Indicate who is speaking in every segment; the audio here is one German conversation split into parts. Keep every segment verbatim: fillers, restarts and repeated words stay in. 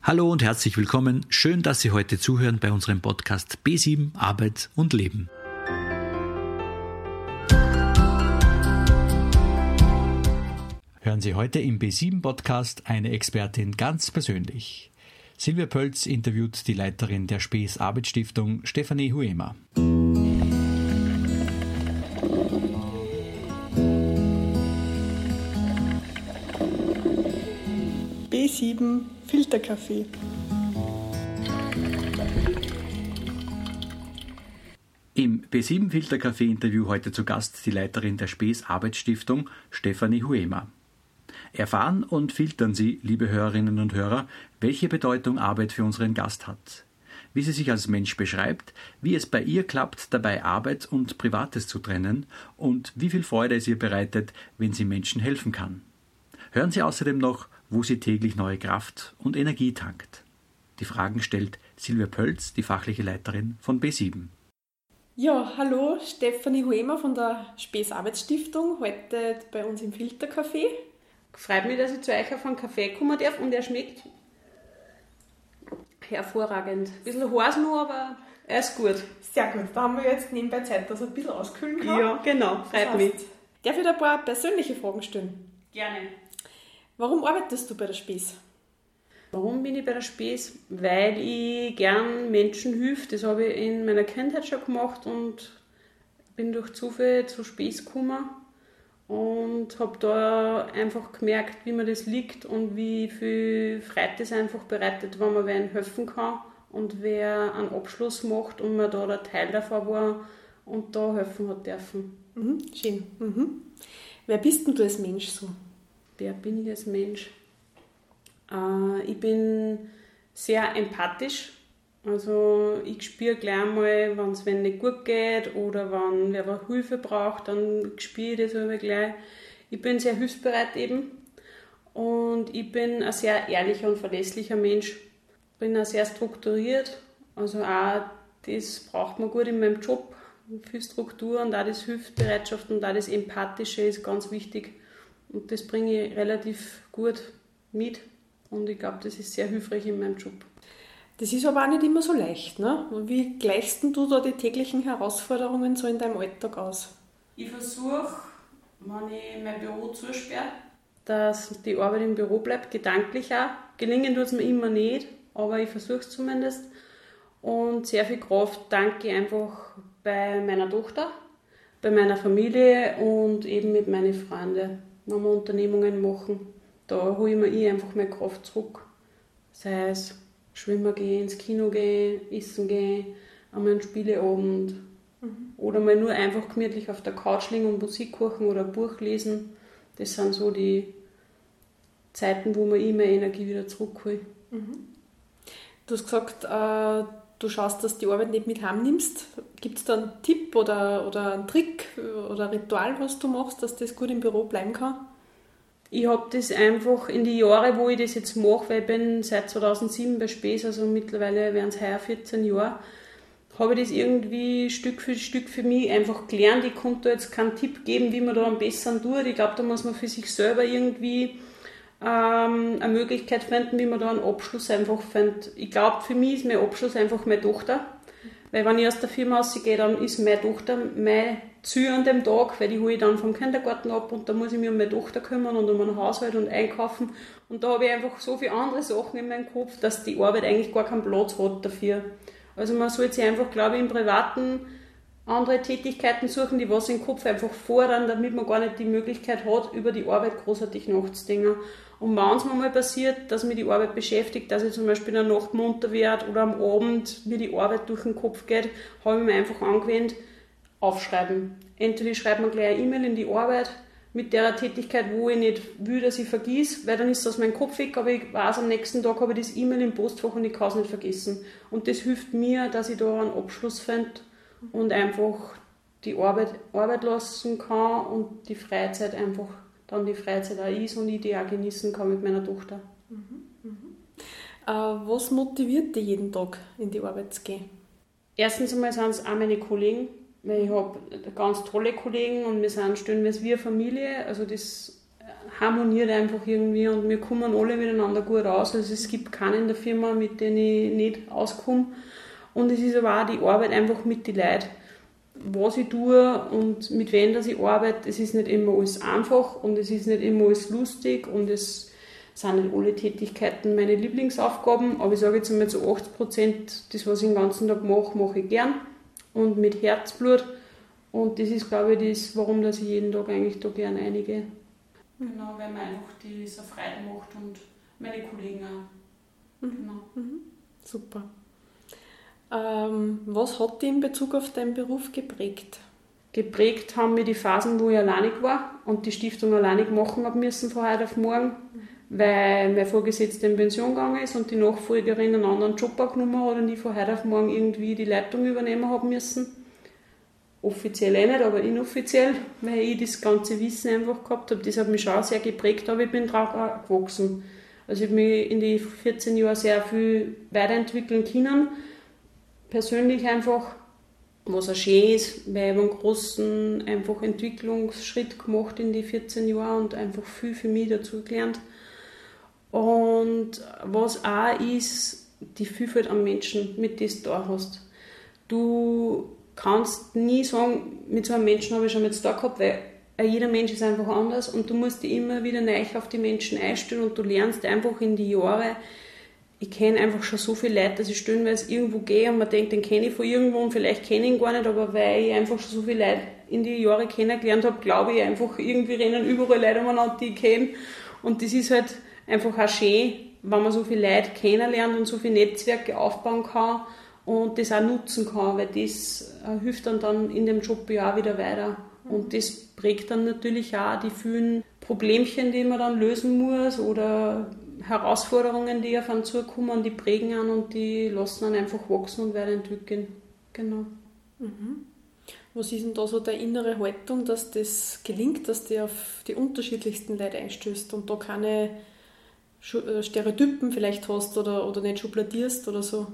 Speaker 1: Hallo und herzlich willkommen. Schön, dass Sie heute zuhören bei unserem Podcast B sieben Arbeit und Leben. Hören Sie heute im B sieben Podcast eine Expertin ganz persönlich. Silvia Pölz interviewt die Leiterin der Spees Arbeitsstiftung, Stefanie Huema.
Speaker 2: B sieben Filterkaffee.
Speaker 1: Im B sieben Filterkaffee-Interview heute zu Gast die Leiterin der Spees Arbeitsstiftung, Stefanie Huema. Erfahren und filtern Sie, liebe Hörerinnen und Hörer, welche Bedeutung Arbeit für unseren Gast hat, wie sie sich als Mensch beschreibt, wie es bei ihr klappt, dabei Arbeit und Privates zu trennen und wie viel Freude es ihr bereitet, wenn sie Menschen helfen kann. Hören Sie außerdem noch, wo sie täglich neue Kraft und Energie tankt. Die Fragen stellt Silvia Pölz, die fachliche Leiterin von B sieben.
Speaker 2: Ja, hallo, Stefanie Huema von der Spees Arbeitsstiftung, heute bei uns im Filterkaffee.
Speaker 3: Freut mich, dass ich zu euch auf einen Kaffee kommen darf und er schmeckt hervorragend. Ein bisschen heiß noch, aber er ist gut.
Speaker 2: Sehr gut, da haben wir jetzt nebenbei Zeit, dass er ein bisschen auskühlen kann.
Speaker 3: Ja, genau, freut
Speaker 2: das heißt,
Speaker 3: mich.
Speaker 2: Darf ich dir ein paar persönliche Fragen stellen?
Speaker 3: Gerne.
Speaker 2: Warum arbeitest du bei der Spees?
Speaker 3: Warum bin ich bei der Spees? Weil ich gern Menschen hilfe. Das habe ich in meiner Kindheit schon gemacht und bin durch Zufall zu Spees gekommen und habe da einfach gemerkt, wie mir das liegt und wie viel Freude das einfach bereitet, wenn man wen helfen kann und wer einen Abschluss macht und man da der Teil davon war und da helfen hat dürfen.
Speaker 2: Mhm, schön. Mhm. Wer bist denn du als Mensch so?
Speaker 3: Wer bin ich als Mensch? Äh, ich bin sehr empathisch. Also ich spüre gleich mal, wenn es wen nicht gut geht oder wenn wer Hilfe braucht, dann spüre ich das aber gleich. Ich bin sehr hilfsbereit eben und ich bin ein sehr ehrlicher und verlässlicher Mensch. Ich bin auch sehr strukturiert, also auch das braucht man gut in meinem Job. Viel Struktur und auch das Hilfsbereitschaft und auch das Empathische ist ganz wichtig. Und das bringe ich relativ gut mit und ich glaube, das ist sehr hilfreich in meinem Job.
Speaker 2: Das ist aber auch nicht immer so leicht, ne? Wie gleichst du da die täglichen Herausforderungen so in deinem Alltag aus?
Speaker 3: Ich versuche, wenn ich mein Büro zusperre, dass die Arbeit im Büro bleibt, gedanklich auch. Gelingen tut es mir immer nicht, aber ich versuche es zumindest. Und sehr viel Kraft danke ich einfach bei meiner Tochter, bei meiner Familie und eben mit meinen Freunden. Wenn wir Unternehmungen machen, da hole ich mir ich einfach meine Kraft zurück. Sei es schwimmen gehen, ins Kino gehen, essen gehen, einmal einen Spieleabend mhm. oder mal nur einfach gemütlich auf der Couch liegen und Musik hören oder ein Buch lesen. Das sind so die Zeiten, wo man ich meine Energie wieder zurückhole.
Speaker 2: Mhm. Du hast gesagt, äh, du schaust, dass du die Arbeit nicht mit heimnimmst. Gibt es da einen Tipp oder, oder einen Trick oder ein Ritual, was du machst, dass das gut im Büro bleiben kann?
Speaker 3: Ich habe das einfach in die Jahre, wo ich das jetzt mache, weil ich bin seit zweitausendsieben bei Spees, also mittlerweile wären es heuer vierzehn Jahre, habe ich das irgendwie Stück für Stück für mich einfach gelernt. Ich konnte da jetzt keinen Tipp geben, wie man da am besten tut. Ich glaube, da muss man für sich selber irgendwie ähm, eine Möglichkeit finden, wie man da einen Abschluss einfach findet. Ich glaube, für mich ist mein Abschluss einfach meine Tochter. Weil wenn ich aus der Firma rausgehe, dann ist meine Tochter mein Ziel an dem Tag, weil die hole ich dann vom Kindergarten ab und da muss ich mich um meine Tochter kümmern und um den Haushalt und einkaufen. Und da habe ich einfach so viele andere Sachen in meinem Kopf, dass die Arbeit eigentlich gar keinen Platz hat dafür. Also man sollte sich einfach, glaube ich, im Privaten andere Tätigkeiten suchen, die was den Kopf einfach fordern, damit man gar nicht die Möglichkeit hat, über die Arbeit großartig nachzudenken. Und wenn es mir mal passiert, dass mich die Arbeit beschäftigt, dass ich zum Beispiel in der Nacht munter werde oder am Abend mir die Arbeit durch den Kopf geht, habe ich mir einfach angewöhnt, aufschreiben. Entweder ich schreibe mir gleich eine E-Mail in die Arbeit mit der Tätigkeit, wo ich nicht will, dass ich vergesse, weil dann ist das aus meinem Kopf weg, aber ich weiß, am nächsten Tag habe ich das E-Mail im Postfach und ich kann es nicht vergessen. Und das hilft mir, dass ich da einen Abschluss finde und einfach die Arbeit Arbeit lassen kann und die Freizeit einfach dann die Freizeit auch ist und ich die auch genießen kann mit meiner Tochter.
Speaker 2: Mhm, mhm. Äh, was motiviert dich jeden Tag in die Arbeit zu gehen?
Speaker 3: Erstens einmal sind es auch meine Kollegen, weil ich habe ganz tolle Kollegen und wir sind stellenweise wie eine Familie. Also das harmoniert einfach irgendwie und wir kommen alle miteinander gut aus. Also es gibt keinen in der Firma, mit dem ich nicht auskomme. Und es ist aber auch die Arbeit einfach mit den Leuten. Was ich tue und mit wem dass ich arbeite, es ist nicht immer alles einfach und es ist nicht immer alles lustig und es sind nicht alle Tätigkeiten meine Lieblingsaufgaben, aber ich sage jetzt einmal zu achtzig Prozent, das was ich den ganzen Tag mache, mache ich gern und mit Herzblut und das ist glaube ich das, warum dass ich jeden Tag eigentlich da gern einige. Genau, weil mir einfach diese Freude macht und meine Kollegen auch.
Speaker 2: Mhm.
Speaker 3: Genau.
Speaker 2: Mhm. Super. Ähm, was hat dich in Bezug auf deinen Beruf geprägt?
Speaker 3: Geprägt haben mich die Phasen, wo ich alleinig war und die Stiftung alleinig machen habe müssen von heute auf morgen, mhm. weil mein Vorgesetzter in Pension gegangen ist und die Nachfolgerin einen anderen Job genommen hat und ich von heute auf morgen irgendwie die Leitung übernehmen habe müssen. Offiziell eh nicht, aber inoffiziell, weil ich das ganze Wissen einfach gehabt habe. Das hat mich schon sehr geprägt, aber ich bin drauf auch gewachsen. Also ich habe mich in den vierzehn Jahren sehr viel weiterentwickeln können. Persönlich einfach, was auch schön ist, weil ich einen großen einfach Entwicklungsschritt gemacht in die vierzehn Jahren und einfach viel für mich dazu gelernt. Und was auch ist, die Vielfalt an Menschen, mit denen du da hast. Du kannst nie sagen, mit so einem Menschen habe ich schon jetzt da gehabt, weil jeder Mensch ist einfach anders und du musst dich immer wieder neu auf die Menschen einstellen und du lernst einfach in die Jahre. Ich kenne einfach schon so viele Leute, dass ich stellenweise irgendwo gehe und man denkt, den kenne ich von irgendwo und vielleicht kenne ich ihn gar nicht, aber weil ich einfach schon so viele Leute in die Jahre kennengelernt habe, glaube ich einfach, irgendwie rennen überall Leute umeinander, die ich kenne. Und das ist halt einfach auch schön, wenn man so viele Leute kennenlernt und so viele Netzwerke aufbauen kann und das auch nutzen kann, weil das hilft dann, dann in dem Job ja auch wieder weiter. Und das prägt dann natürlich auch die vielen Problemchen, die man dann lösen muss oder Herausforderungen, die auf einen zukommen, die prägen einen und die lassen einen einfach wachsen und weiterentwickeln. Genau.
Speaker 2: Mhm. Was ist denn da so deine innere Haltung, dass das gelingt, dass du auf die unterschiedlichsten Leute einstößt und da keine Stereotypen vielleicht hast oder, oder nicht schubladierst oder so?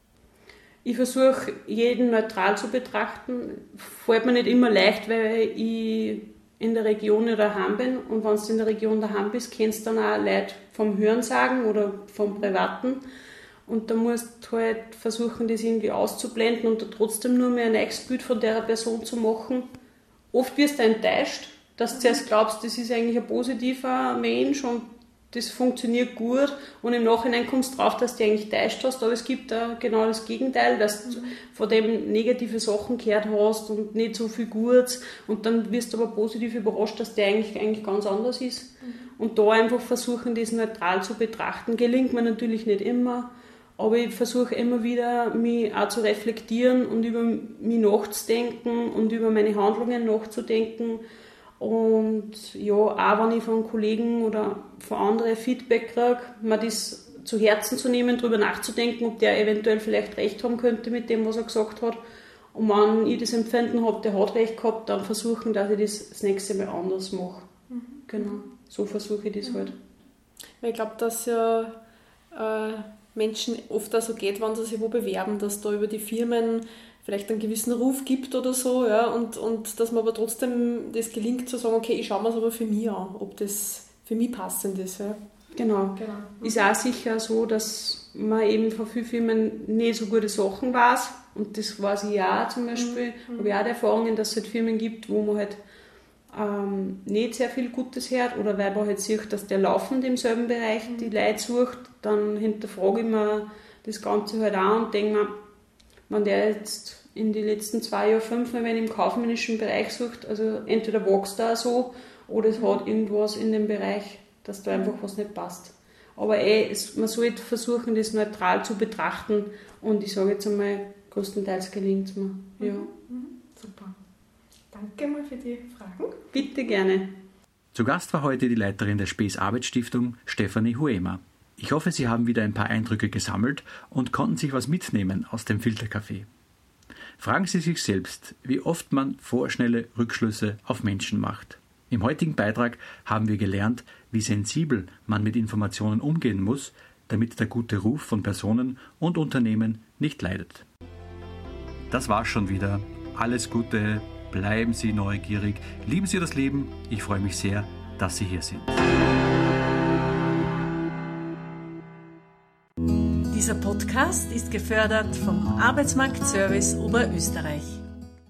Speaker 3: Ich versuche, jeden neutral zu betrachten. Fällt mir nicht immer leicht, weil ich in der Region nicht daheim bin. Und wenn du in der Region daheim bist, kennst du dann auch Leute vom Hörensagen oder vom Privaten. Und da musst du halt versuchen, das irgendwie auszublenden und da trotzdem nur mehr ein neues Bild von der Person zu machen. Oft wirst du enttäuscht, dass du zuerst glaubst, das ist eigentlich ein positiver Mensch und das funktioniert gut und im Nachhinein kommst du drauf, dass du dich eigentlich täuscht hast, aber es gibt da genau das Gegenteil, dass du von dem negative Sachen gehört hast und nicht so viel Gutes und dann wirst du aber positiv überrascht, dass der eigentlich, eigentlich ganz anders ist. Mhm. Und da einfach versuchen, das neutral zu betrachten. Gelingt mir natürlich nicht immer, aber ich versuche immer wieder, mich auch zu reflektieren und über mich nachzudenken und über meine Handlungen nachzudenken. Und ja, auch wenn ich von Kollegen oder von anderen Feedback kriege, mir das zu Herzen zu nehmen, darüber nachzudenken, ob der eventuell vielleicht recht haben könnte mit dem, was er gesagt hat. Und wenn ich das Empfinden habe, der hat recht gehabt, dann versuchen, dass ich das das nächste Mal anders mache. Mhm. Genau, so versuche ich das mhm. halt.
Speaker 2: Weil ich glaube, dass ja äh, Menschen oft auch so geht, wenn sie sich wo bewerben, dass da über die Firmen vielleicht einen gewissen Ruf gibt oder so, ja, und, und dass man aber trotzdem das gelingt zu sagen, okay, ich schaue mir es aber für mich an, ob das für mich passend ist. Ja.
Speaker 3: Genau. genau. Ist auch sicher so, dass man eben von vielen Firmen nicht so gute Sachen weiß und das weiß ich auch zum Beispiel, mhm. habe ich auch die Erfahrungen, dass es halt Firmen gibt, wo man halt ähm, nicht sehr viel Gutes hört oder weil man halt sieht, dass der laufend im selben Bereich mhm. die Leute sucht, dann hinterfrage ich mir das Ganze halt auch und denke mir, wenn der jetzt in den letzten zwei Jahren fünfmal, wenn im kaufmännischen Bereich sucht, also entweder wächst er so oder es hat irgendwas in dem Bereich, dass da einfach was nicht passt. Aber eh, es, man sollte versuchen, das neutral zu betrachten und ich sage jetzt einmal, größtenteils gelingt es mir. Ja.
Speaker 2: Mhm. Super. Danke mal für die Fragen.
Speaker 3: Bitte gerne.
Speaker 1: Zu Gast war heute die Leiterin der Space Arbeitsstiftung, Stefanie Huema. Ich hoffe, Sie haben wieder ein paar Eindrücke gesammelt und konnten sich was mitnehmen aus dem Filtercafé. Fragen Sie sich selbst, wie oft man vorschnelle Rückschlüsse auf Menschen macht. Im heutigen Beitrag haben wir gelernt, wie sensibel man mit Informationen umgehen muss, damit der gute Ruf von Personen und Unternehmen nicht leidet. Das war's schon wieder. Alles Gute, bleiben Sie neugierig, lieben Sie das Leben. Ich freue mich sehr, dass Sie hier sind.
Speaker 4: Dieser Podcast ist gefördert vom Arbeitsmarktservice Oberösterreich.